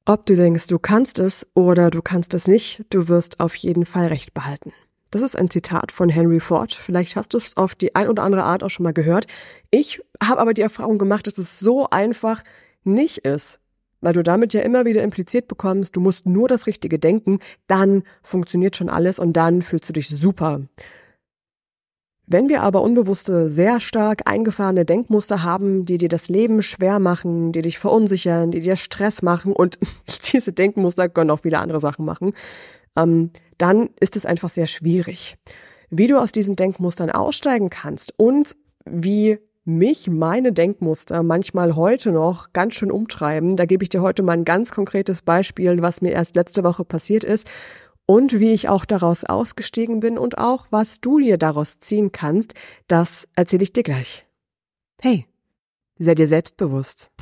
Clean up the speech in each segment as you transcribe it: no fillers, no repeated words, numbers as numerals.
Ob du denkst, du kannst es oder du kannst es nicht, du wirst auf jeden Fall Recht behalten. Das ist ein Zitat von Henry Ford. Vielleicht hast du es auf die ein oder andere Art auch schon mal gehört. Ich habe aber die Erfahrung gemacht, dass es so einfach nicht ist, weil du damit ja immer wieder impliziert bekommst, du musst nur das Richtige denken, dann funktioniert schon alles und dann fühlst du dich super. Wenn wir aber unbewusste, sehr stark eingefahrene Denkmuster haben, die dir das Leben schwer machen, die dich verunsichern, die dir Stress machen und diese Denkmuster können auch wieder andere Sachen machen, dann ist es einfach sehr schwierig. Wie du aus diesen Denkmustern aussteigen kannst und wie mich meine Denkmuster manchmal heute noch ganz schön umtreiben, da gebe ich dir heute mal ein ganz konkretes Beispiel, was mir erst letzte Woche passiert ist und wie ich auch daraus ausgestiegen bin und auch, was du dir daraus ziehen kannst, das erzähle ich dir gleich. Hey, sei dir selbstbewusst.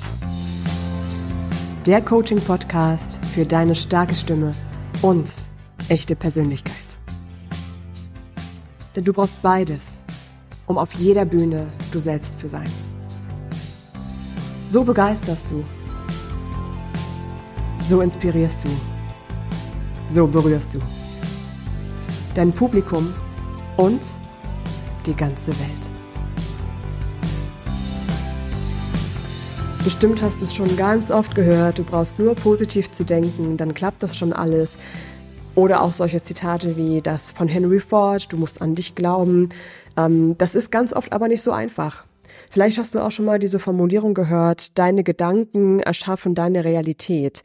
Der Coaching-Podcast für deine starke Stimme und echte Persönlichkeit. Denn du brauchst beides, um auf jeder Bühne du selbst zu sein. So begeisterst du. So inspirierst du. So berührst du. Dein Publikum und die ganze Welt. Bestimmt hast du es schon ganz oft gehört, du brauchst nur positiv zu denken, dann klappt das schon alles. Oder auch solche Zitate wie das von Henry Ford, du musst an dich glauben. Das ist ganz oft aber nicht so einfach. Vielleicht hast du auch schon mal diese Formulierung gehört, deine Gedanken erschaffen deine Realität.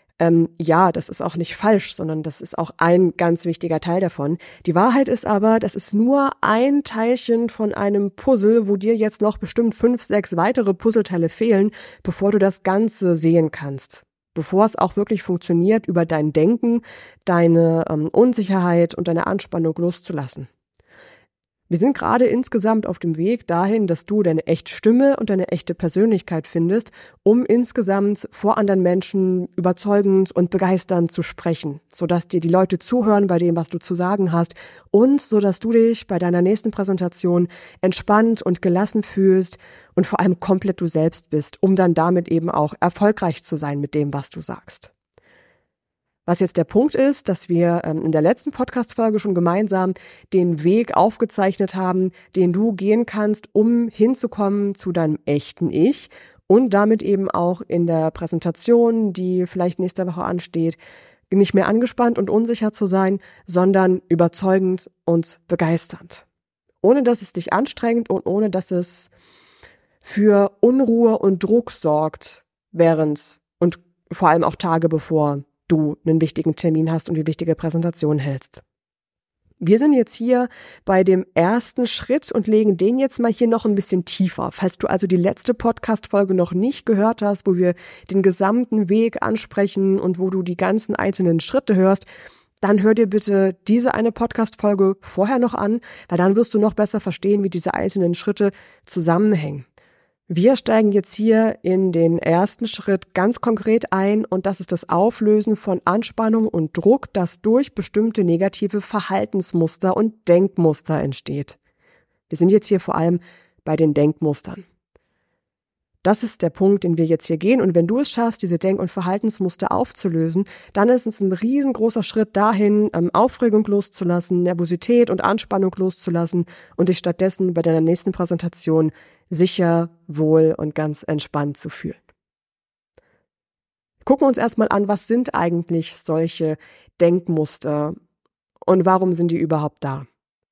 Ja, das ist auch nicht falsch, sondern das ist auch ein ganz wichtiger Teil davon. Die Wahrheit ist aber, das ist nur ein Teilchen von einem Puzzle, wo dir jetzt noch bestimmt 5, 6 weitere Puzzleteile fehlen, bevor du das Ganze sehen kannst. Bevor es auch wirklich funktioniert, über dein Denken, deine Unsicherheit und deine Anspannung loszulassen. Wir sind gerade insgesamt auf dem Weg dahin, dass du deine echte Stimme und deine echte Persönlichkeit findest, um insgesamt vor anderen Menschen überzeugend und begeisternd zu sprechen, sodass dir die Leute zuhören bei dem, was du zu sagen hast und sodass du dich bei deiner nächsten Präsentation entspannt und gelassen fühlst und vor allem komplett du selbst bist, um dann damit eben auch erfolgreich zu sein mit dem, was du sagst. Was jetzt der Punkt ist, dass wir in der letzten Podcast-Folge schon gemeinsam den Weg aufgezeichnet haben, den du gehen kannst, um hinzukommen zu deinem echten Ich und damit eben auch in der Präsentation, die vielleicht nächste Woche ansteht, nicht mehr angespannt und unsicher zu sein, sondern überzeugend und begeisternd. Ohne dass es dich anstrengt und ohne dass es für Unruhe und Druck sorgt, während und vor allem auch Tage bevor du einen wichtigen Termin hast und die wichtige Präsentation hältst. Wir sind jetzt hier bei dem ersten Schritt und legen den jetzt mal hier noch ein bisschen tiefer. Falls du also die letzte Podcast-Folge noch nicht gehört hast, wo wir den gesamten Weg ansprechen und wo du die ganzen einzelnen Schritte hörst, dann hör dir bitte diese eine Podcast-Folge vorher noch an, weil dann wirst du noch besser verstehen, wie diese einzelnen Schritte zusammenhängen. Wir steigen jetzt hier in den ersten Schritt ganz konkret ein und das ist das Auflösen von Anspannung und Druck, das durch bestimmte negative Verhaltensmuster und Denkmuster entsteht. Wir sind jetzt hier vor allem bei den Denkmustern. Das ist der Punkt, den wir jetzt hier gehen und wenn du es schaffst, diese Denk- und Verhaltensmuster aufzulösen, dann ist es ein riesengroßer Schritt dahin, Aufregung loszulassen, Nervosität und Anspannung loszulassen und dich stattdessen bei deiner nächsten Präsentation sicher, wohl und ganz entspannt zu fühlen. Gucken wir uns erstmal an, was sind eigentlich solche Denkmuster und warum sind die überhaupt da?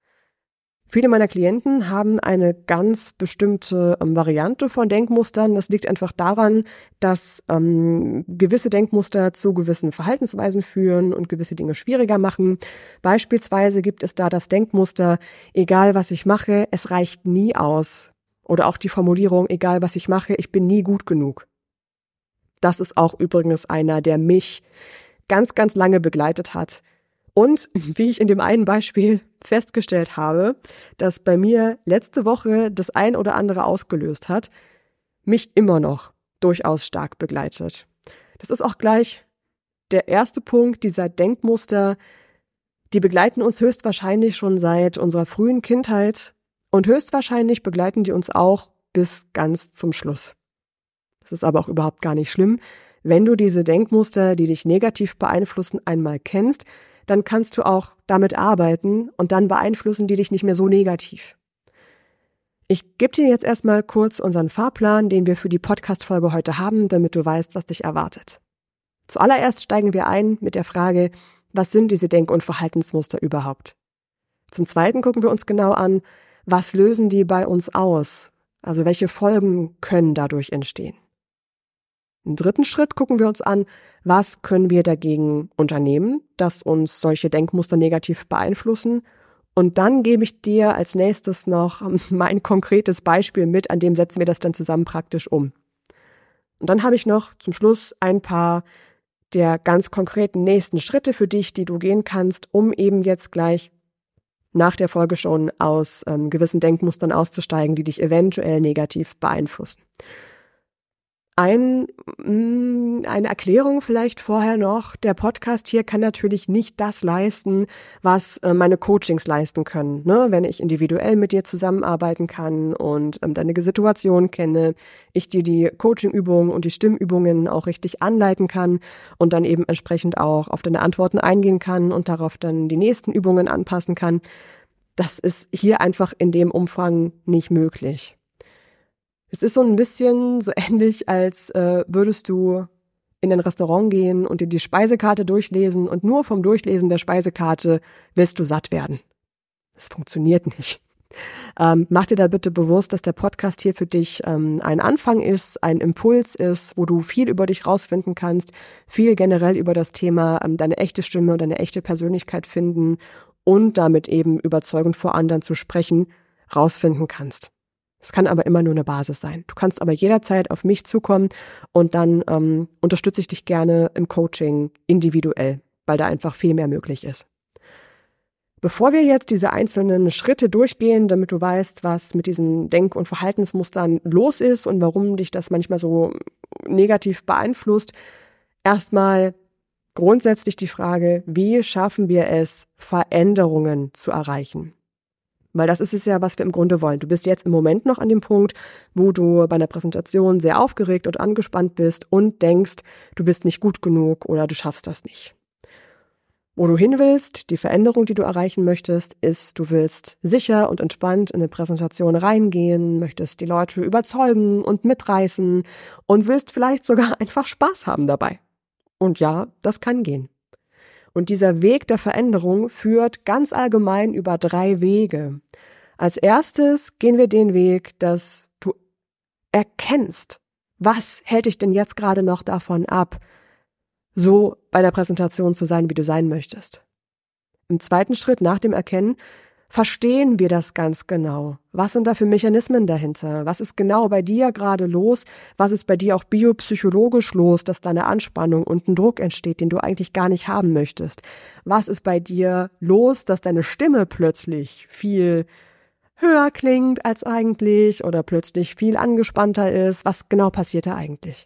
Viele meiner Klienten haben eine ganz bestimmte Variante von Denkmustern. Das liegt einfach daran, dass gewisse Denkmuster zu gewissen Verhaltensweisen führen und gewisse Dinge schwieriger machen. Beispielsweise gibt es da das Denkmuster, egal was ich mache, es reicht nie aus. Oder auch die Formulierung, egal was ich mache, ich bin nie gut genug. Das ist auch übrigens einer, der mich ganz, ganz lange begleitet hat. Und wie ich in dem einen Beispiel festgestellt habe, dass bei mir letzte Woche das ein oder andere ausgelöst hat, mich immer noch durchaus stark begleitet. Das ist auch gleich der erste Punkt dieser Denkmuster, die begleiten uns höchstwahrscheinlich schon seit unserer frühen Kindheit und höchstwahrscheinlich begleiten die uns auch bis ganz zum Schluss. Das ist aber auch überhaupt gar nicht schlimm, Wenn du diese Denkmuster, die dich negativ beeinflussen, einmal kennst, dann kannst du auch damit arbeiten und dann beeinflussen die dich nicht mehr so negativ. Ich gebe dir jetzt erstmal kurz unseren Fahrplan, den wir für die Podcast-Folge heute haben, damit du weißt, was dich erwartet. Zuallererst steigen wir ein mit der Frage, was sind diese Denk- und Verhaltensmuster überhaupt? Zum Zweiten gucken wir uns genau an, was lösen die bei uns aus? Also welche Folgen können dadurch entstehen? Im dritten Schritt gucken wir uns an, was können wir dagegen unternehmen, dass uns solche Denkmuster negativ beeinflussen. Und dann gebe ich dir als nächstes noch mein konkretes Beispiel mit, an dem setzen wir das dann zusammen praktisch um. Und dann habe ich noch zum Schluss ein paar der ganz konkreten nächsten Schritte für dich, die du gehen kannst, um eben jetzt gleich nach der Folge schon aus gewissen Denkmustern auszusteigen, die dich eventuell negativ beeinflussen. Eine Erklärung vielleicht vorher noch. Der Podcast hier kann natürlich nicht das leisten, was meine Coachings leisten können. Ne? Wenn ich individuell mit dir zusammenarbeiten kann und deine Situation kenne, ich dir die Coachingübungen und die Stimmübungen auch richtig anleiten kann und dann eben entsprechend auch auf deine Antworten eingehen kann und darauf dann die nächsten Übungen anpassen kann. Das ist hier einfach in dem Umfang nicht möglich. Es ist so ein bisschen so ähnlich, als würdest du in ein Restaurant gehen und dir die Speisekarte durchlesen und nur vom Durchlesen der Speisekarte willst du satt werden. Das funktioniert nicht. Mach dir da bitte bewusst, dass der Podcast hier für dich ein Anfang ist, ein Impuls ist, wo du viel über dich rausfinden kannst, viel generell über das Thema deine echte Stimme und deine echte Persönlichkeit finden und damit eben überzeugend vor anderen zu sprechen, rausfinden kannst. Es kann aber immer nur eine Basis sein. Du kannst aber jederzeit auf mich zukommen und dann unterstütze ich dich gerne im Coaching individuell, weil da einfach viel mehr möglich ist. Bevor wir jetzt diese einzelnen Schritte durchgehen, damit du weißt, was mit diesen Denk- und Verhaltensmustern los ist und warum dich das manchmal so negativ beeinflusst, erstmal grundsätzlich die Frage, wie schaffen wir es, Veränderungen zu erreichen? Weil das ist es ja, was wir im Grunde wollen. Du bist jetzt im Moment noch an dem Punkt, wo du bei einer Präsentation sehr aufgeregt und angespannt bist und denkst, du bist nicht gut genug oder du schaffst das nicht. Wo du hin willst, die Veränderung, die du erreichen möchtest, ist, du willst sicher und entspannt in eine Präsentation reingehen, möchtest die Leute überzeugen und mitreißen und willst vielleicht sogar einfach Spaß haben dabei. Und ja, das kann gehen. Und dieser Weg der Veränderung führt ganz allgemein über 3 Wege. Als erstes gehen wir den Weg, dass du erkennst, was hält dich denn jetzt gerade noch davon ab, so bei der Präsentation zu sein, wie du sein möchtest. Im zweiten Schritt nach dem Erkennen verstehen wir das ganz genau. Was sind da für Mechanismen dahinter? Was ist genau bei dir gerade los? Was ist bei dir auch biopsychologisch los, dass da eine Anspannung und ein Druck entsteht, den du eigentlich gar nicht haben möchtest? Was ist bei dir los, dass deine Stimme plötzlich viel höher klingt als eigentlich oder plötzlich viel angespannter ist? Was genau passiert da eigentlich?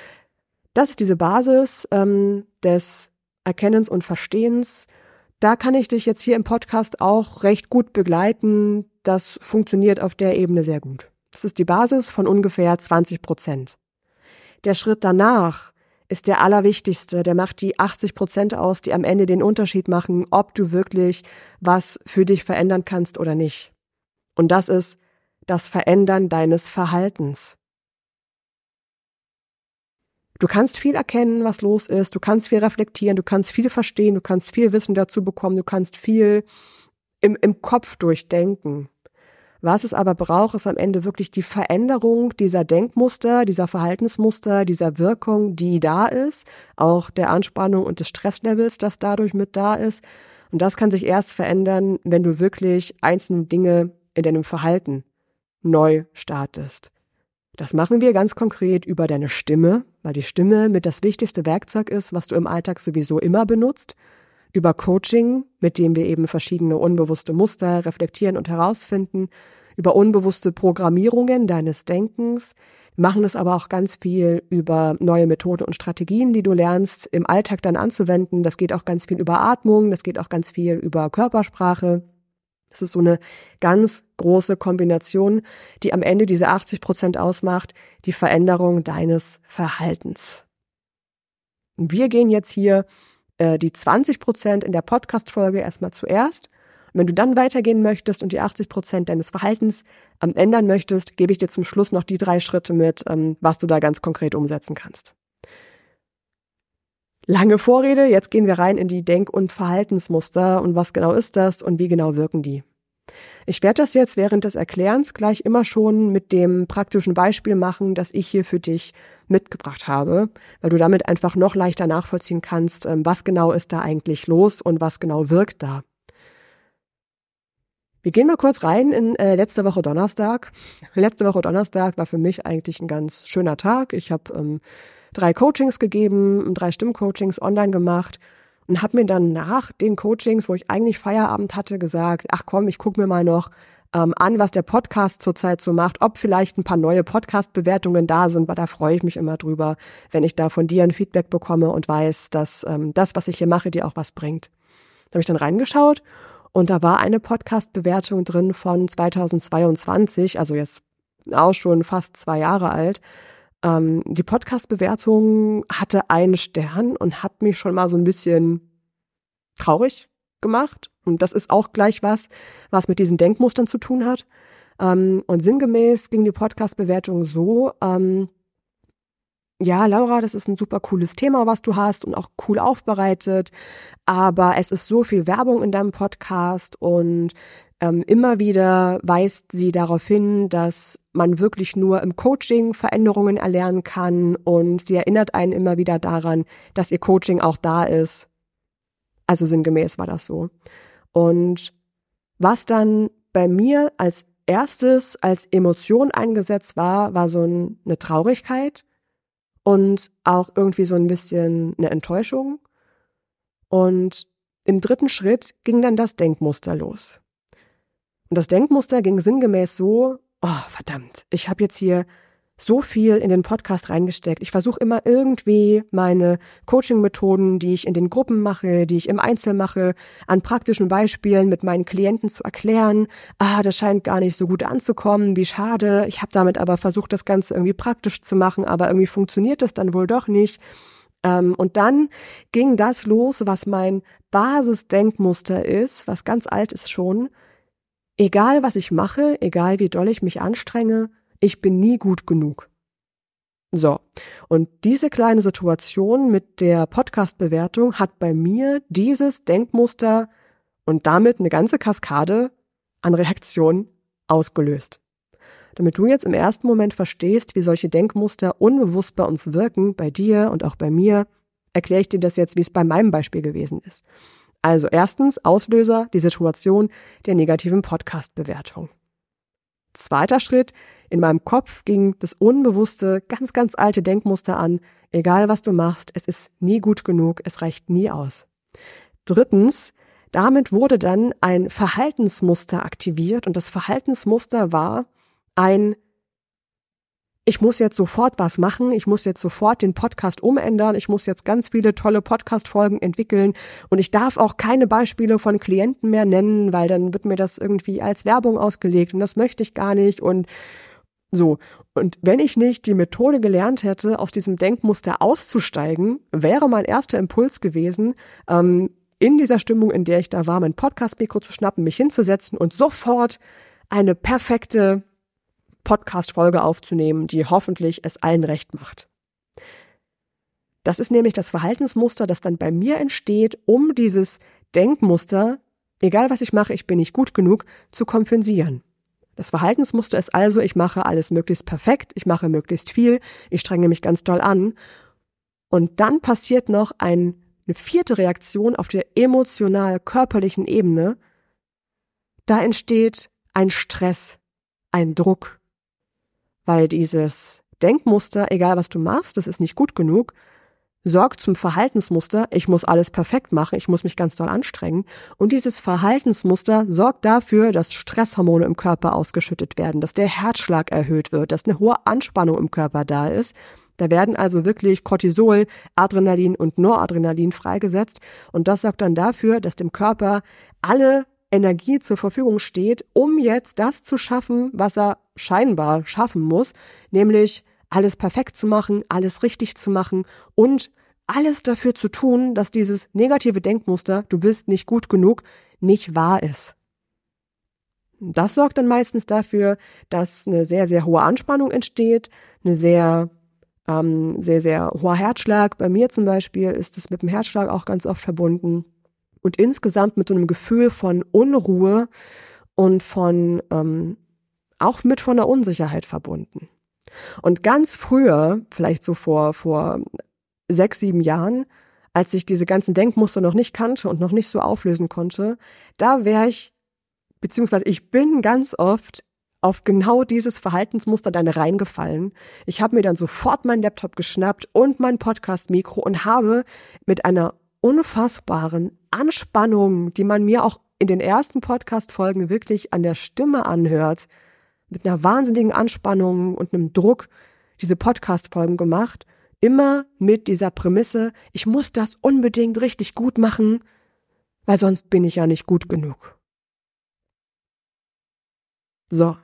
Das ist diese Basis des Erkennens und Verstehens. Da kann ich dich jetzt hier im Podcast auch recht gut begleiten. Das funktioniert auf der Ebene sehr gut. Das ist die Basis von ungefähr 20%. Der Schritt danach ist der allerwichtigste. Der macht die 80% aus, die am Ende den Unterschied machen, ob du wirklich was für dich verändern kannst oder nicht. Und das ist das Verändern deines Verhaltens. Du kannst viel erkennen, was los ist, du kannst viel reflektieren, du kannst viel verstehen, du kannst viel Wissen dazu bekommen, du kannst viel im Kopf durchdenken. Was es aber braucht, ist am Ende wirklich die Veränderung dieser Denkmuster, dieser Verhaltensmuster, dieser Wirkung, die da ist, auch der Anspannung und des Stresslevels, das dadurch mit da ist. Und das kann sich erst verändern, wenn du wirklich einzelne Dinge in deinem Verhalten neu startest. Das machen wir ganz konkret über deine Stimme, weil die Stimme mit das wichtigste Werkzeug ist, was du im Alltag sowieso immer benutzt. Über Coaching, mit dem wir eben verschiedene unbewusste Muster reflektieren und herausfinden. Über unbewusste Programmierungen deines Denkens. Wir machen das aber auch ganz viel über neue Methoden und Strategien, die du lernst, im Alltag dann anzuwenden. Das geht auch ganz viel über Atmung, das geht auch ganz viel über Körpersprache. Es ist so eine ganz große Kombination, die am Ende diese 80% ausmacht, die Veränderung deines Verhaltens. Und wir gehen jetzt hier die 20% in der Podcast-Folge erstmal zuerst. Und wenn du dann weitergehen möchtest und die 80% deines Verhaltens ändern möchtest, gebe ich dir zum Schluss noch die 3 Schritte mit, was du da ganz konkret umsetzen kannst. Lange Vorrede, jetzt gehen wir rein in die Denk- und Verhaltensmuster und was genau ist das und wie genau wirken die. Ich werde das jetzt während des Erklärens gleich immer schon mit dem praktischen Beispiel machen, das ich hier für dich mitgebracht habe, weil du damit einfach noch leichter nachvollziehen kannst, was genau ist da eigentlich los und was genau wirkt da. Wir gehen mal kurz rein in letzte Woche Donnerstag. Letzte Woche Donnerstag war für mich eigentlich ein ganz schöner Tag. Ich habe 3 Coachings gegeben, 3 Stimmcoachings online gemacht und habe mir dann nach den Coachings, wo ich eigentlich Feierabend hatte, gesagt, ach komm, ich gucke mir mal noch an, was der Podcast zurzeit so macht, ob vielleicht ein paar neue Podcast-Bewertungen da sind, weil da freue ich mich immer drüber, wenn ich da von dir ein Feedback bekomme und weiß, dass das, was ich hier mache, dir auch was bringt. Da habe ich dann reingeschaut und da war eine Podcast-Bewertung drin von 2022, also jetzt auch schon fast 2 Jahre alt. Die Podcast-Bewertung hatte 1 Stern und hat mich schon mal so ein bisschen traurig gemacht. Und das ist auch gleich was mit diesen Denkmustern zu tun hat. Und sinngemäß ging die Podcast-Bewertung so, ja, Laura, das ist ein super cooles Thema, was du hast und auch cool aufbereitet, aber es ist so viel Werbung in deinem Podcast und immer wieder weist sie darauf hin, dass man wirklich nur im Coaching Veränderungen erlernen kann und sie erinnert einen immer wieder daran, dass ihr Coaching auch da ist. Also sinngemäß war das so. Und was dann bei mir als erstes als Emotion eingesetzt war so eine Traurigkeit und auch irgendwie so ein bisschen eine Enttäuschung. Und im 3. Schritt ging dann das Denkmuster los. Und das Denkmuster ging sinngemäß so, oh verdammt, ich habe jetzt hier so viel in den Podcast reingesteckt. Ich versuche immer irgendwie meine Coaching-Methoden, die ich in den Gruppen mache, die ich im Einzel mache, an praktischen Beispielen mit meinen Klienten zu erklären. Das scheint gar nicht so gut anzukommen, wie schade. Ich habe damit aber versucht, das Ganze irgendwie praktisch zu machen, aber irgendwie funktioniert das dann wohl doch nicht. Und dann ging das los, was mein Basisdenkmuster ist, was ganz alt ist schon. Egal, was ich mache, egal wie doll ich mich anstrenge, ich bin nie gut genug. So, und diese kleine Situation mit der Podcast-Bewertung hat bei mir dieses Denkmuster und damit eine ganze Kaskade an Reaktionen ausgelöst. Damit du jetzt im ersten Moment verstehst, wie solche Denkmuster unbewusst bei uns wirken, bei dir und auch bei mir, erkläre ich dir das jetzt, wie es bei meinem Beispiel gewesen ist. Also erstens, Auslöser, die Situation der negativen Podcast-Bewertung. 2. Schritt, in meinem Kopf ging das unbewusste, ganz, ganz alte Denkmuster an, egal was du machst, es ist nie gut genug, es reicht nie aus. 3. Damit wurde dann ein Verhaltensmuster aktiviert und das Verhaltensmuster war ich muss jetzt sofort was machen, ich muss jetzt sofort den Podcast umändern, ich muss jetzt ganz viele tolle Podcast-Folgen entwickeln und ich darf auch keine Beispiele von Klienten mehr nennen, weil dann wird mir das irgendwie als Werbung ausgelegt und das möchte ich gar nicht und so. Und wenn ich nicht die Methode gelernt hätte, aus diesem Denkmuster auszusteigen, wäre mein erster Impuls gewesen, in dieser Stimmung, in der ich da war, mein Podcast-Mikro zu schnappen, mich hinzusetzen und sofort eine perfekte Podcast-Folge aufzunehmen, die hoffentlich es allen recht macht. Das ist nämlich das Verhaltensmuster, das dann bei mir entsteht, um dieses Denkmuster, egal was ich mache, ich bin nicht gut genug, zu kompensieren. Das Verhaltensmuster ist also, ich mache alles möglichst perfekt, ich mache möglichst viel, ich strenge mich ganz doll an. Und dann passiert noch eine 4. Reaktion auf der emotional-körperlichen Ebene. Da entsteht ein Stress, ein Druck. Weil dieses Denkmuster, egal was du machst, das ist nicht gut genug, sorgt zum Verhaltensmuster, ich muss alles perfekt machen, ich muss mich ganz doll anstrengen. Und dieses Verhaltensmuster sorgt dafür, dass Stresshormone im Körper ausgeschüttet werden, dass der Herzschlag erhöht wird, dass eine hohe Anspannung im Körper da ist. Da werden also wirklich Cortisol, Adrenalin und Noradrenalin freigesetzt. Und das sorgt dann dafür, dass dem Körper alle Energie zur Verfügung steht, um jetzt das zu schaffen, was er scheinbar schaffen muss, nämlich alles perfekt zu machen, alles richtig zu machen und alles dafür zu tun, dass dieses negative Denkmuster, du bist nicht gut genug, nicht wahr ist. Das sorgt dann meistens dafür, dass eine sehr, sehr hohe Anspannung entsteht, eine sehr, sehr hoher Herzschlag. Bei mir zum Beispiel ist es mit dem Herzschlag auch ganz oft verbunden und insgesamt mit so einem Gefühl von Unruhe und auch mit von der Unsicherheit verbunden. Und ganz früher, vielleicht so vor 6, 7 Jahren, als ich diese ganzen Denkmuster noch nicht kannte und noch nicht so auflösen konnte, da wäre ich, beziehungsweise ich bin ganz oft auf genau dieses Verhaltensmuster dann reingefallen. Ich habe mir dann sofort meinen Laptop geschnappt und mein Podcast-Mikro und habe mit einer unfassbaren Anspannung, die man mir auch in den ersten Podcast-Folgen wirklich an der Stimme anhört, mit einer wahnsinnigen Anspannung und einem Druck diese Podcast-Folgen gemacht, immer mit dieser Prämisse, ich muss das unbedingt richtig gut machen, weil sonst bin ich ja nicht gut genug. So.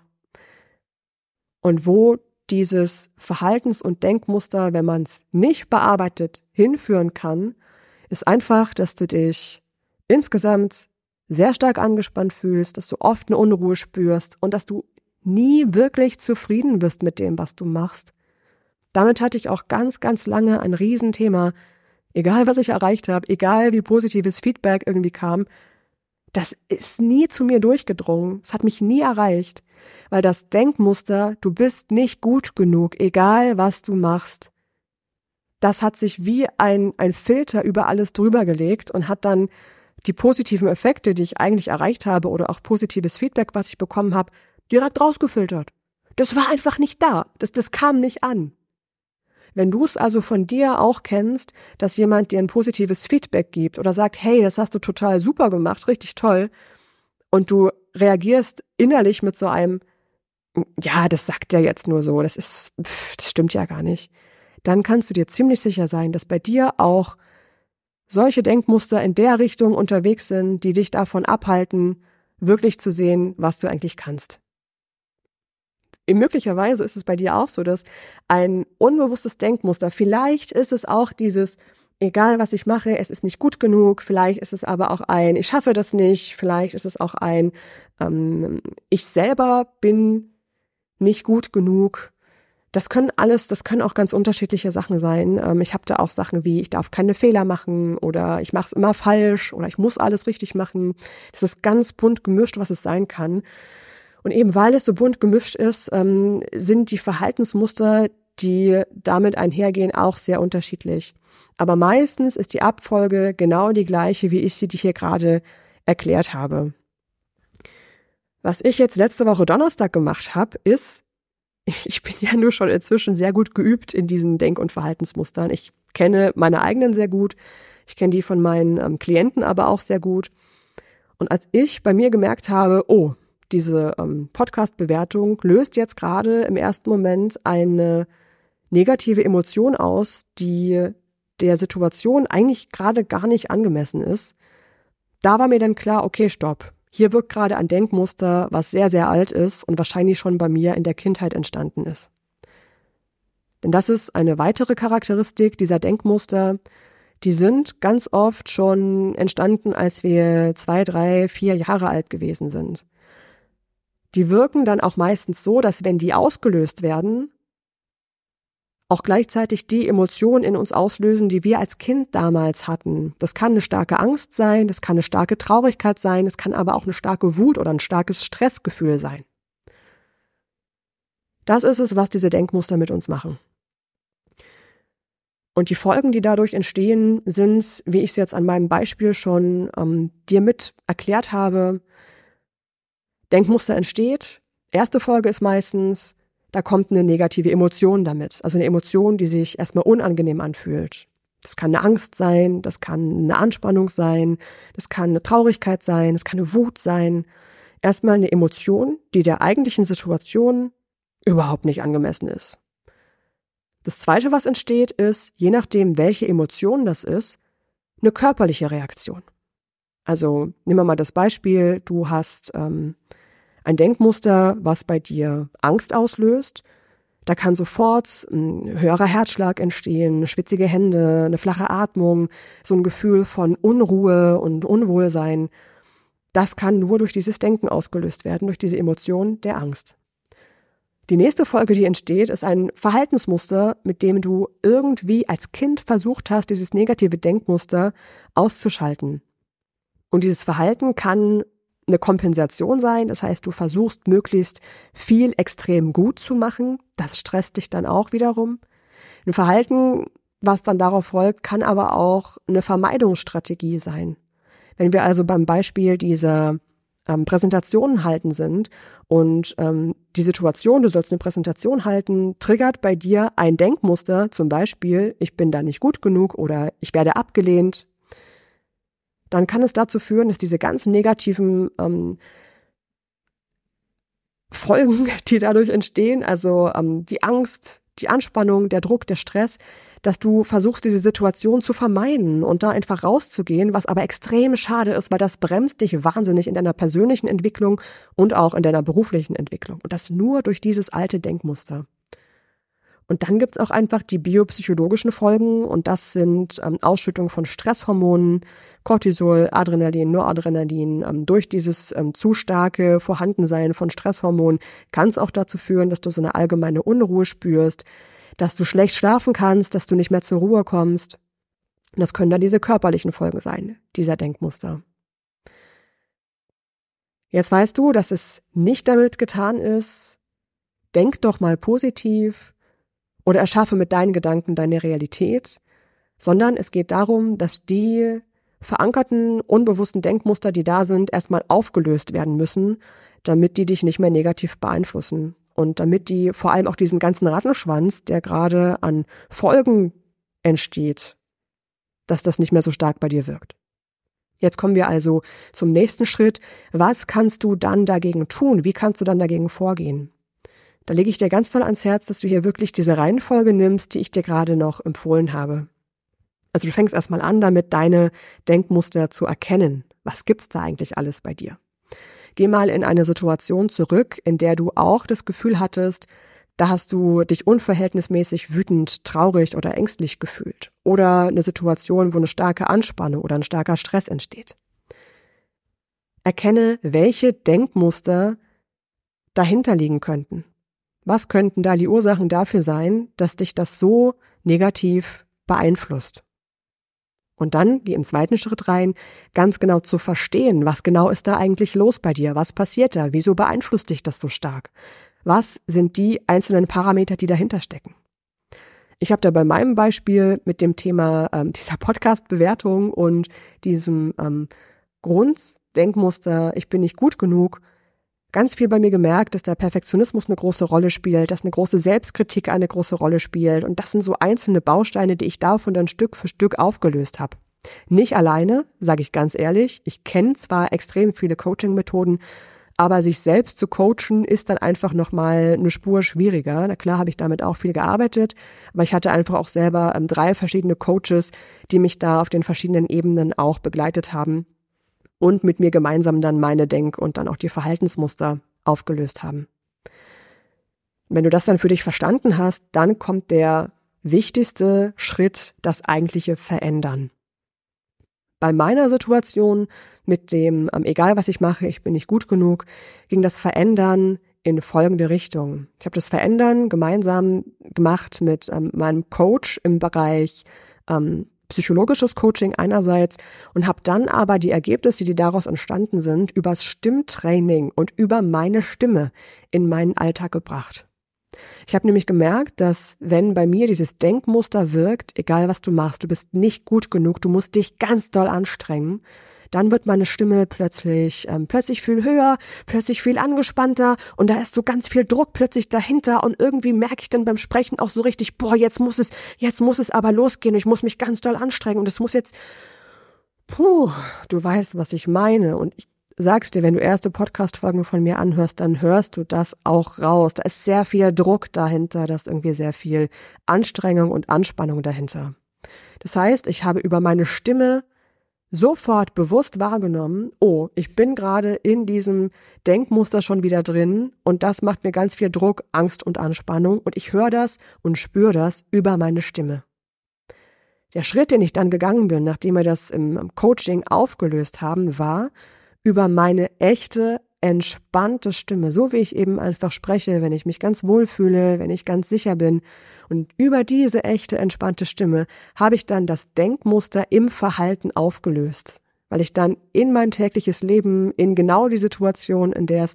Und wo dieses Verhaltens- und Denkmuster, wenn man es nicht bearbeitet, hinführen kann, ist einfach, dass du dich insgesamt sehr stark angespannt fühlst, dass du oft eine Unruhe spürst und dass du nie wirklich zufrieden bist mit dem, was du machst. Damit hatte ich auch ganz, ganz lange ein Riesenthema. Egal, was ich erreicht habe, egal wie positives Feedback irgendwie kam, das ist nie zu mir durchgedrungen. Es hat mich nie erreicht, weil das Denkmuster, du bist nicht gut genug, egal was du machst, das hat sich wie ein Filter über alles drüber gelegt und hat dann die positiven Effekte, die ich eigentlich erreicht habe oder auch positives Feedback, was ich bekommen habe, direkt rausgefiltert. Das war einfach nicht da. Das kam nicht an. Wenn du es also von dir auch kennst, dass jemand dir ein positives Feedback gibt oder sagt, hey, das hast du total super gemacht, richtig toll, und du reagierst innerlich mit so einem, ja, das sagt der jetzt nur so, das stimmt ja gar nicht, dann kannst du dir ziemlich sicher sein, dass bei dir auch solche Denkmuster in der Richtung unterwegs sind, die dich davon abhalten, wirklich zu sehen, was du eigentlich kannst. Möglicherweise ist es bei dir auch so, dass ein unbewusstes Denkmuster, vielleicht ist es auch dieses, egal was ich mache, es ist nicht gut genug, vielleicht ist es aber auch ein, ich schaffe das nicht, vielleicht ist es auch ein, ich selber bin nicht gut genug. Das können auch ganz unterschiedliche Sachen sein. Ich habe da auch Sachen wie, ich darf keine Fehler machen oder ich mache es immer falsch oder ich muss alles richtig machen. Das ist ganz bunt gemischt, was es sein kann. Und eben weil es so bunt gemischt ist, sind die Verhaltensmuster, die damit einhergehen, auch sehr unterschiedlich. Aber meistens ist die Abfolge genau die gleiche, wie ich sie dir hier gerade erklärt habe. Was ich jetzt letzte Woche Donnerstag gemacht habe, ist, ich bin ja nur schon inzwischen sehr gut geübt in diesen Denk- und Verhaltensmustern. Ich kenne meine eigenen sehr gut. Ich kenne die von meinen Klienten aber auch sehr gut. Und als ich bei mir gemerkt habe, oh, diese Podcast-Bewertung löst jetzt gerade im ersten Moment eine negative Emotion aus, die der Situation eigentlich gerade gar nicht angemessen ist. Da war mir dann klar, okay, stopp. Hier wirkt gerade ein Denkmuster, was sehr, sehr alt ist und wahrscheinlich schon bei mir in der Kindheit entstanden ist. Denn das ist eine weitere Charakteristik dieser Denkmuster. Die sind ganz oft schon entstanden, als wir 2, 3, 4 Jahre alt gewesen sind. Die wirken dann auch meistens so, dass wenn die ausgelöst werden, auch gleichzeitig die Emotionen in uns auslösen, die wir als Kind damals hatten. Das kann eine starke Angst sein, das kann eine starke Traurigkeit sein, es kann aber auch eine starke Wut oder ein starkes Stressgefühl sein. Das ist es, was diese Denkmuster mit uns machen. Und die Folgen, die dadurch entstehen, sind, wie ich es jetzt an meinem Beispiel schon dir mit erklärt habe, Denkmuster entsteht. Erste Folge ist meistens, da kommt eine negative Emotion damit. Also eine Emotion, die sich erstmal unangenehm anfühlt. Das kann eine Angst sein, das kann eine Anspannung sein, das kann eine Traurigkeit sein, das kann eine Wut sein. Erstmal eine Emotion, die der eigentlichen Situation überhaupt nicht angemessen ist. Das Zweite, was entsteht, ist, je nachdem, welche Emotion das ist, eine körperliche Reaktion. Also nehmen wir mal das Beispiel, du hast ein Denkmuster, was bei dir Angst auslöst, Da kann sofort ein höherer Herzschlag entstehen, schwitzige Hände, eine flache Atmung, so ein Gefühl von Unruhe und Unwohlsein. Das kann nur durch dieses Denken ausgelöst werden, durch diese Emotion der Angst. Die nächste Folge, die entsteht, ist ein Verhaltensmuster, mit dem du irgendwie als Kind versucht hast, dieses negative Denkmuster auszuschalten. Und dieses Verhalten kann eine Kompensation sein, das heißt, du versuchst möglichst viel extrem gut zu machen, das stresst dich dann auch wiederum. Ein Verhalten, was dann darauf folgt, kann aber auch eine Vermeidungsstrategie sein. Wenn wir also beim Beispiel dieser Präsentationen halten sind und die Situation, du sollst eine Präsentation halten, triggert bei dir ein Denkmuster, zum Beispiel, ich bin da nicht gut genug oder ich werde abgelehnt, dann kann es dazu führen, dass diese ganzen negativen Folgen, die dadurch entstehen, also die Angst, die Anspannung, der Druck, der Stress, dass du versuchst, diese Situation zu vermeiden und da einfach rauszugehen, was aber extrem schade ist, weil das bremst dich wahnsinnig in deiner persönlichen Entwicklung und auch in deiner beruflichen Entwicklung. Und das nur durch dieses alte Denkmuster. Und dann gibt's auch einfach die biopsychologischen Folgen und das sind Ausschüttung von Stresshormonen, Cortisol, Adrenalin, Noradrenalin. Durch dieses zu starke Vorhandensein von Stresshormonen kann es auch dazu führen, dass du so eine allgemeine Unruhe spürst, dass du schlecht schlafen kannst, dass du nicht mehr zur Ruhe kommst. Und das können dann diese körperlichen Folgen sein, dieser Denkmuster. Jetzt weißt du, dass es nicht damit getan ist, denk doch mal positiv oder erschaffe mit deinen Gedanken deine Realität, sondern es geht darum, dass die verankerten, unbewussten Denkmuster, die da sind, erstmal aufgelöst werden müssen, damit die dich nicht mehr negativ beeinflussen. Und damit die vor allem auch diesen ganzen Rattenschwanz, der gerade an Folgen entsteht, dass das nicht mehr so stark bei dir wirkt. Jetzt kommen wir also zum nächsten Schritt. Was kannst du dann dagegen tun? Wie kannst du dann dagegen vorgehen? Da lege ich dir ganz toll ans Herz, dass du hier wirklich diese Reihenfolge nimmst, die ich dir gerade noch empfohlen habe. Also du fängst erstmal an, damit deine Denkmuster zu erkennen. Was gibt's da eigentlich alles bei dir? Geh mal in eine Situation zurück, in der du auch das Gefühl hattest, da hast du dich unverhältnismäßig wütend, traurig oder ängstlich gefühlt. Oder eine Situation, wo eine starke Anspannung oder ein starker Stress entsteht. Erkenne, welche Denkmuster dahinter liegen könnten. Was könnten da die Ursachen dafür sein, dass dich das so negativ beeinflusst? Und dann geh im zweiten Schritt rein, ganz genau zu verstehen, was genau ist da eigentlich los bei dir? Was passiert da? Wieso beeinflusst dich das so stark? Was sind die einzelnen Parameter, die dahinter stecken? Ich habe da bei meinem Beispiel mit dem Thema dieser Podcast-Bewertung und diesem Grunddenkmuster, ich bin nicht gut genug, ganz viel bei mir gemerkt, dass der Perfektionismus eine große Rolle spielt, dass eine große Selbstkritik eine große Rolle spielt. Und das sind so einzelne Bausteine, die ich davon dann Stück für Stück aufgelöst habe. Nicht alleine, sage ich ganz ehrlich. Ich kenne zwar extrem viele Coaching-Methoden, aber sich selbst zu coachen ist dann einfach nochmal eine Spur schwieriger. Na klar habe ich damit auch viel gearbeitet, aber ich hatte einfach auch selber 3 verschiedene Coaches, die mich da auf den verschiedenen Ebenen auch begleitet haben und mit mir gemeinsam dann meine Denk- und dann auch die Verhaltensmuster aufgelöst haben. Wenn du das dann für dich verstanden hast, dann kommt der wichtigste Schritt, das eigentliche Verändern. Bei meiner Situation mit dem, egal was ich mache, ich bin nicht gut genug, ging das Verändern in folgende Richtung. Ich habe das Verändern gemeinsam gemacht mit meinem Coach im Bereich psychologisches Coaching einerseits und habe dann aber die Ergebnisse, die daraus entstanden sind, übers Stimmtraining und über meine Stimme in meinen Alltag gebracht. Ich habe nämlich gemerkt, dass wenn bei mir dieses Denkmuster wirkt, egal was du machst, du bist nicht gut genug, du musst dich ganz doll anstrengen, dann wird meine Stimme plötzlich viel höher, plötzlich viel angespannter und da ist so ganz viel Druck plötzlich dahinter und irgendwie merke ich dann beim Sprechen auch so richtig, boah, jetzt muss es aber losgehen, ich muss mich ganz doll anstrengen und es muss jetzt, du weißt, was ich meine und ich sag's dir, wenn du erste Podcast-Folgen von mir anhörst, dann hörst du das auch raus. Da ist sehr viel Druck dahinter, da ist irgendwie sehr viel Anstrengung und Anspannung dahinter. Das heißt, ich habe über meine Stimme sofort bewusst wahrgenommen, oh, ich bin gerade in diesem Denkmuster schon wieder drin und das macht mir ganz viel Druck, Angst und Anspannung und ich höre das und spüre das über meine Stimme. Der Schritt, den ich dann gegangen bin, nachdem wir das im Coaching aufgelöst haben, war über meine echte, entspannte Stimme, so wie ich eben einfach spreche, wenn ich mich ganz wohl fühle, wenn ich ganz sicher bin. Und über diese echte, entspannte Stimme habe ich dann das Denkmuster im Verhalten aufgelöst, weil ich dann in mein tägliches Leben, in genau die Situation, in der es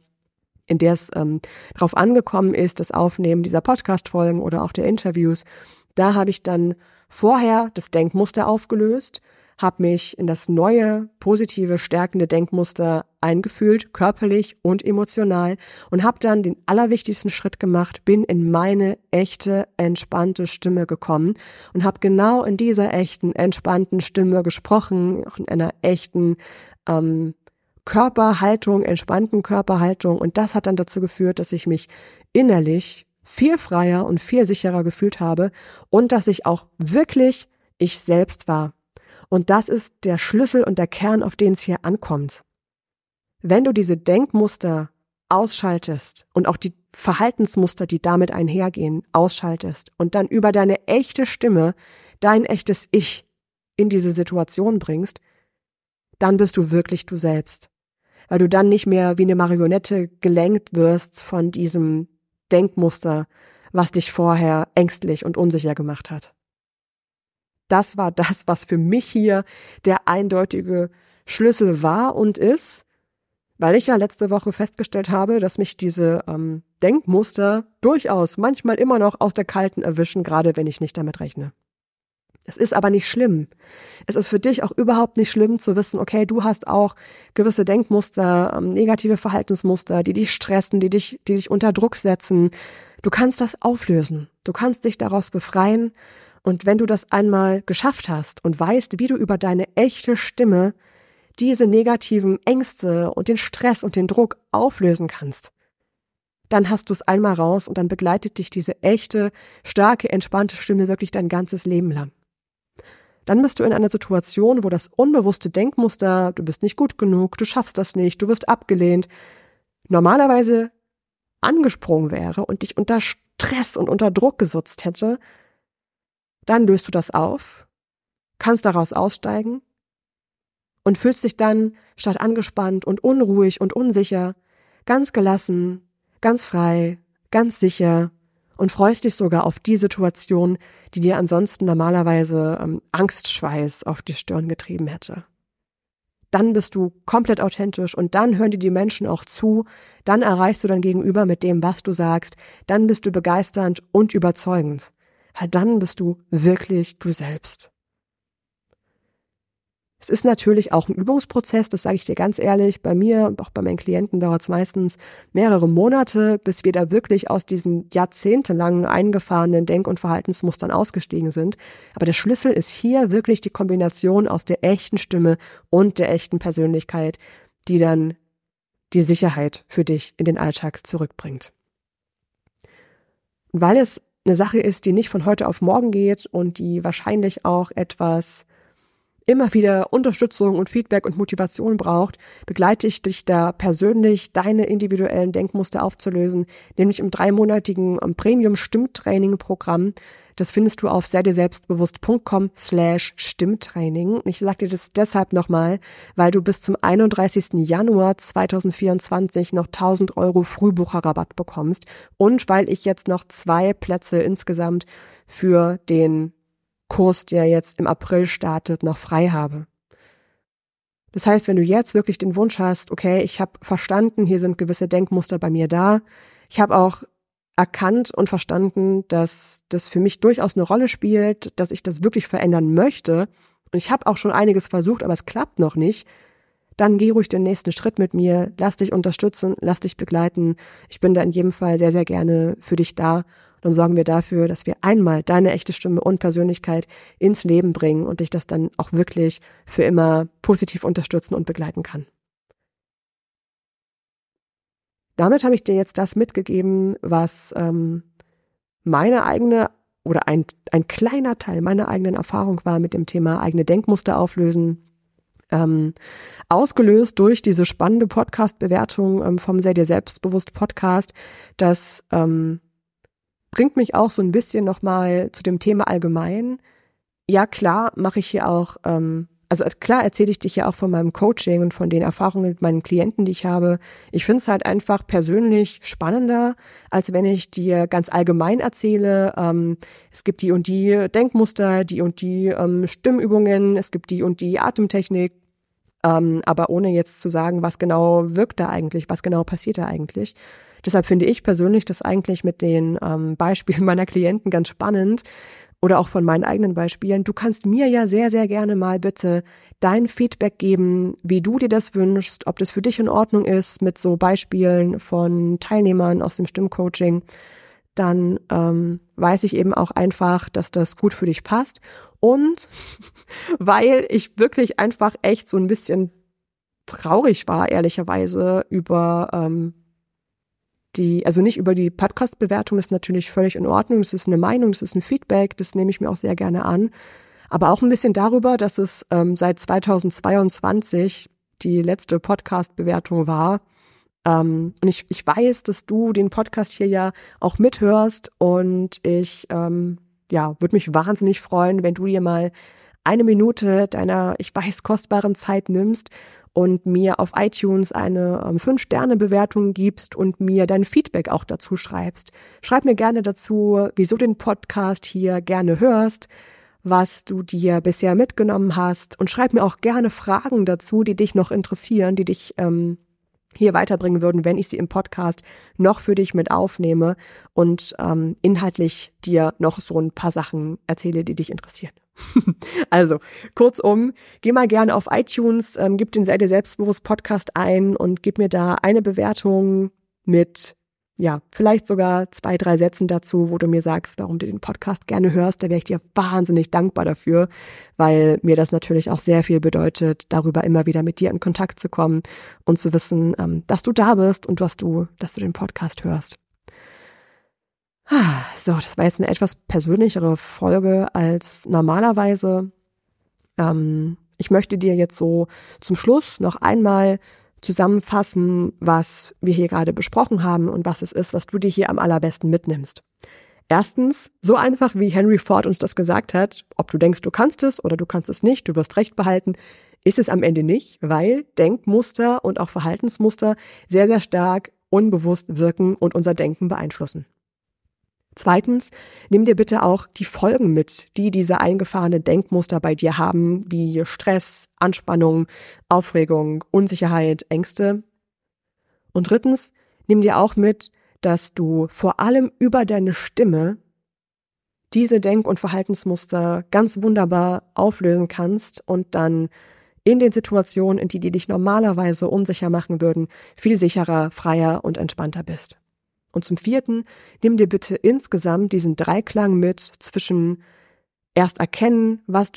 drauf angekommen ist, das Aufnehmen dieser Podcast-Folgen oder auch der Interviews, da habe ich dann vorher das Denkmuster aufgelöst, habe mich in das neue, positive, stärkende Denkmuster eingefühlt, körperlich und emotional und habe dann den allerwichtigsten Schritt gemacht, bin in meine echte, entspannte Stimme gekommen und habe genau in dieser echten, entspannten Stimme gesprochen, auch in einer echten Körperhaltung, entspannten Körperhaltung und das hat dann dazu geführt, dass ich mich innerlich viel freier und viel sicherer gefühlt habe und dass ich auch wirklich ich selbst war. Und das ist der Schlüssel und der Kern, auf den es hier ankommt. Wenn du diese Denkmuster ausschaltest und auch die Verhaltensmuster, die damit einhergehen, ausschaltest und dann über deine echte Stimme, dein echtes Ich in diese Situation bringst, dann bist du wirklich du selbst. Weil du dann nicht mehr wie eine Marionette gelenkt wirst von diesem Denkmuster, was dich vorher ängstlich und unsicher gemacht hat. Das war das, was für mich hier der eindeutige Schlüssel war und ist, weil ich ja letzte Woche festgestellt habe, dass mich diese Denkmuster durchaus manchmal immer noch aus der Kalten erwischen, gerade wenn ich nicht damit rechne. Es ist aber nicht schlimm. Es ist für dich auch überhaupt nicht schlimm zu wissen, okay, du hast auch gewisse Denkmuster, negative Verhaltensmuster, die dich stressen, die dich unter Druck setzen. Du kannst das auflösen. Du kannst dich daraus befreien. Und wenn du das einmal geschafft hast und weißt, wie du über deine echte Stimme diese negativen Ängste und den Stress und den Druck auflösen kannst, dann hast du es einmal raus und dann begleitet dich diese echte, starke, entspannte Stimme wirklich dein ganzes Leben lang. Dann bist du in einer Situation, wo das unbewusste Denkmuster, du bist nicht gut genug, du schaffst das nicht, du wirst abgelehnt, normalerweise angesprungen wäre und dich unter Stress und unter Druck gesetzt hätte. Dann löst du das auf, kannst daraus aussteigen und fühlst dich dann statt angespannt und unruhig und unsicher ganz gelassen, ganz frei, ganz sicher und freust dich sogar auf die Situation, die dir ansonsten normalerweise Angstschweiß auf die Stirn getrieben hätte. Dann bist du komplett authentisch und dann hören dir die Menschen auch zu, dann erreichst du dein Gegenüber mit dem, was du sagst, dann bist du begeisternd und überzeugend. Weil dann bist du wirklich du selbst. Es ist natürlich auch ein Übungsprozess, das sage ich dir ganz ehrlich. Bei mir, auch bei meinen Klienten dauert es meistens mehrere Monate, bis wir da wirklich aus diesen jahrzehntelangen eingefahrenen Denk- und Verhaltensmustern ausgestiegen sind. Aber der Schlüssel ist hier wirklich die Kombination aus der echten Stimme und der echten Persönlichkeit, die dann die Sicherheit für dich in den Alltag zurückbringt. Und weil es eine Sache ist, die nicht von heute auf morgen geht und die wahrscheinlich auch etwas immer wieder Unterstützung und Feedback und Motivation braucht, begleite ich dich da persönlich, deine individuellen Denkmuster aufzulösen, nämlich im 3-monatigen Premium-Stimmtraining-Programm. Das findest du auf seidirselbstbewusst.com/Stimmtraining. Ich sage dir das deshalb nochmal, weil du bis zum 31. Januar 2024 noch 1.000 € Frühbucherrabatt bekommst und weil ich jetzt noch 2 Plätze insgesamt für den Kurs, der jetzt im April startet, noch frei habe. Das heißt, wenn du jetzt wirklich den Wunsch hast, okay, ich habe verstanden, hier sind gewisse Denkmuster bei mir da, ich habe auch erkannt und verstanden, dass das für mich durchaus eine Rolle spielt, dass ich das wirklich verändern möchte und ich habe auch schon einiges versucht, aber es klappt noch nicht, dann geh ruhig den nächsten Schritt mit mir, lass dich unterstützen, lass dich begleiten. Ich bin da in jedem Fall sehr, sehr gerne für dich da. Dann sorgen wir dafür, dass wir einmal deine echte Stimme und Persönlichkeit ins Leben bringen und dich das dann auch wirklich für immer positiv unterstützen und begleiten kann. Damit habe ich dir jetzt das mitgegeben, was meine eigene oder ein kleiner Teil meiner eigenen Erfahrung war mit dem Thema eigene Denkmuster auflösen. Ausgelöst durch diese spannende Podcast-Bewertung vom Sei dir selbstbewusst Podcast. Das bringt mich auch so ein bisschen nochmal zu dem Thema allgemein. Ja, klar mache ich hier auch, also klar erzähle ich dich ja auch von meinem Coaching und von den Erfahrungen mit meinen Klienten, die ich habe. Ich finde es halt einfach persönlich spannender, als wenn ich dir ganz allgemein erzähle, es gibt die und die Denkmuster, die und die Stimmübungen, es gibt die und die Atemtechnik, aber ohne jetzt zu sagen, was genau wirkt da eigentlich, was genau passiert da eigentlich. Deshalb finde ich persönlich das eigentlich mit den Beispielen meiner Klienten ganz spannend oder auch von meinen eigenen Beispielen. Du kannst mir ja sehr, sehr gerne mal bitte dein Feedback geben, wie du dir das wünschst, ob das für dich in Ordnung ist mit so Beispielen von Teilnehmern aus dem Stimmcoaching. Dann weiß ich eben auch einfach, dass das gut für dich passt. Und weil ich wirklich einfach echt so ein bisschen traurig war, ehrlicherweise, über also nicht über die Podcast-Bewertung, das ist natürlich völlig in Ordnung, das ist eine Meinung, das ist ein Feedback, das nehme ich mir auch sehr gerne an, aber auch ein bisschen darüber, dass es seit 2022 die letzte Podcast-Bewertung war. Und ich weiß, dass du den Podcast hier ja auch mithörst und ich würde mich wahnsinnig freuen, wenn du dir mal eine Minute deiner, ich weiß, kostbaren Zeit nimmst und mir auf iTunes eine 5-Sterne-Bewertung gibst und mir dein Feedback auch dazu schreibst. Schreib mir gerne dazu, wieso du den Podcast hier gerne hörst, was du dir bisher mitgenommen hast und schreib mir auch gerne Fragen dazu, die dich noch interessieren, die dich hier weiterbringen würden, wenn ich sie im Podcast noch für dich mit aufnehme und inhaltlich dir noch so ein paar Sachen erzähle, die dich interessieren. Also, kurzum, geh mal gerne auf iTunes, gib den Sei dir selbstbewusst Podcast ein und gib mir da eine Bewertung mit, ja, vielleicht sogar 2, 3 Sätzen dazu, wo du mir sagst, warum du den Podcast gerne hörst. Da wäre ich dir wahnsinnig dankbar dafür, weil mir das natürlich auch sehr viel bedeutet, darüber immer wieder mit dir in Kontakt zu kommen und zu wissen, dass du da bist und dass du den Podcast hörst. So, das war jetzt eine etwas persönlichere Folge als normalerweise. Ich möchte dir jetzt so zum Schluss noch einmal zusammenfassen, was wir hier gerade besprochen haben und was es ist, was du dir hier am allerbesten mitnimmst. Erstens, so einfach wie Henry Ford uns das gesagt hat, ob du denkst, du kannst es oder du kannst es nicht, du wirst Recht behalten, ist es am Ende nicht, weil Denkmuster und auch Verhaltensmuster sehr, sehr stark unbewusst wirken und unser Denken beeinflussen. Zweitens, nimm dir bitte auch die Folgen mit, die diese eingefahrenen Denkmuster bei dir haben, wie Stress, Anspannung, Aufregung, Unsicherheit, Ängste. Und drittens, nimm dir auch mit, dass du vor allem über deine Stimme diese Denk- und Verhaltensmuster ganz wunderbar auflösen kannst und dann in den Situationen, in die dich normalerweise unsicher machen würden, viel sicherer, freier und entspannter bist. Und zum Vierten, nimm dir bitte insgesamt diesen Dreiklang mit zwischen erst erkennen, was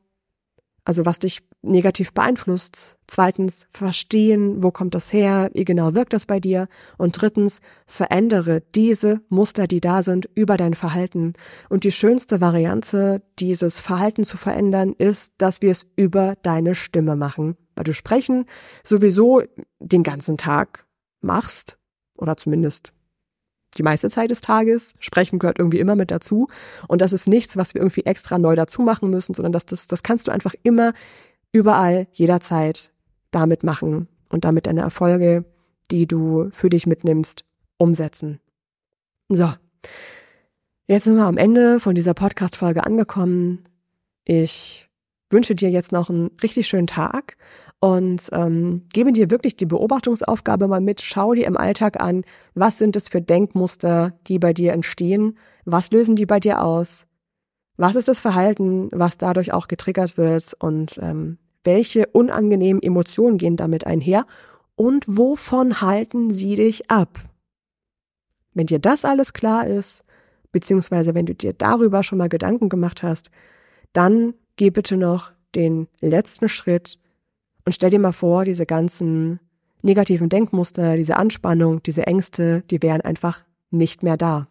dich negativ beeinflusst. Zweitens, verstehen, wo kommt das her, wie genau wirkt das bei dir. Und drittens, verändere diese Muster, die da sind, über dein Verhalten. Und die schönste Variante, dieses Verhalten zu verändern, ist, dass wir es über deine Stimme machen. Weil du Sprechen sowieso den ganzen Tag machst, oder zumindest die meiste Zeit des Tages. Sprechen gehört irgendwie immer mit dazu. Und das ist nichts, was wir irgendwie extra neu dazu machen müssen, sondern das kannst du einfach immer, überall, jederzeit damit machen und damit deine Erfolge, die du für dich mitnimmst, umsetzen. So, jetzt sind wir am Ende von dieser Podcast-Folge angekommen. Ich wünsche dir jetzt noch einen richtig schönen Tag und gebe dir wirklich die Beobachtungsaufgabe mal mit. Schau dir im Alltag an, was sind es für Denkmuster, die bei dir entstehen? Was lösen die bei dir aus? Was ist das Verhalten, was dadurch auch getriggert wird? Und welche unangenehmen Emotionen gehen damit einher? Und wovon halten sie dich ab? Wenn dir das alles klar ist, beziehungsweise wenn du dir darüber schon mal Gedanken gemacht hast, dann geh bitte noch den letzten Schritt und stell dir mal vor, diese ganzen negativen Denkmuster, diese Anspannung, diese Ängste, die wären einfach nicht mehr da.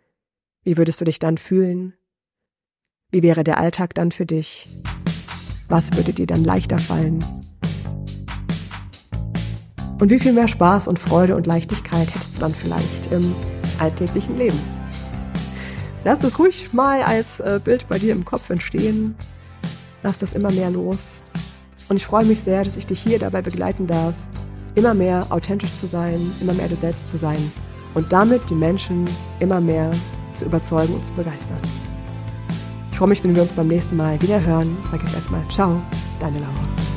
Wie würdest du dich dann fühlen? Wie wäre der Alltag dann für dich? Was würde dir dann leichter fallen? Und wie viel mehr Spaß und Freude und Leichtigkeit hättest du dann vielleicht im alltäglichen Leben? Lass das ruhig mal als Bild bei dir im Kopf entstehen. Lass das immer mehr los. Und ich freue mich sehr, dass ich dich hier dabei begleiten darf, immer mehr authentisch zu sein, immer mehr du selbst zu sein und damit die Menschen immer mehr zu überzeugen und zu begeistern. Ich freue mich, wenn wir uns beim nächsten Mal wieder hören. Ich sage jetzt erstmal ciao, deine Laura.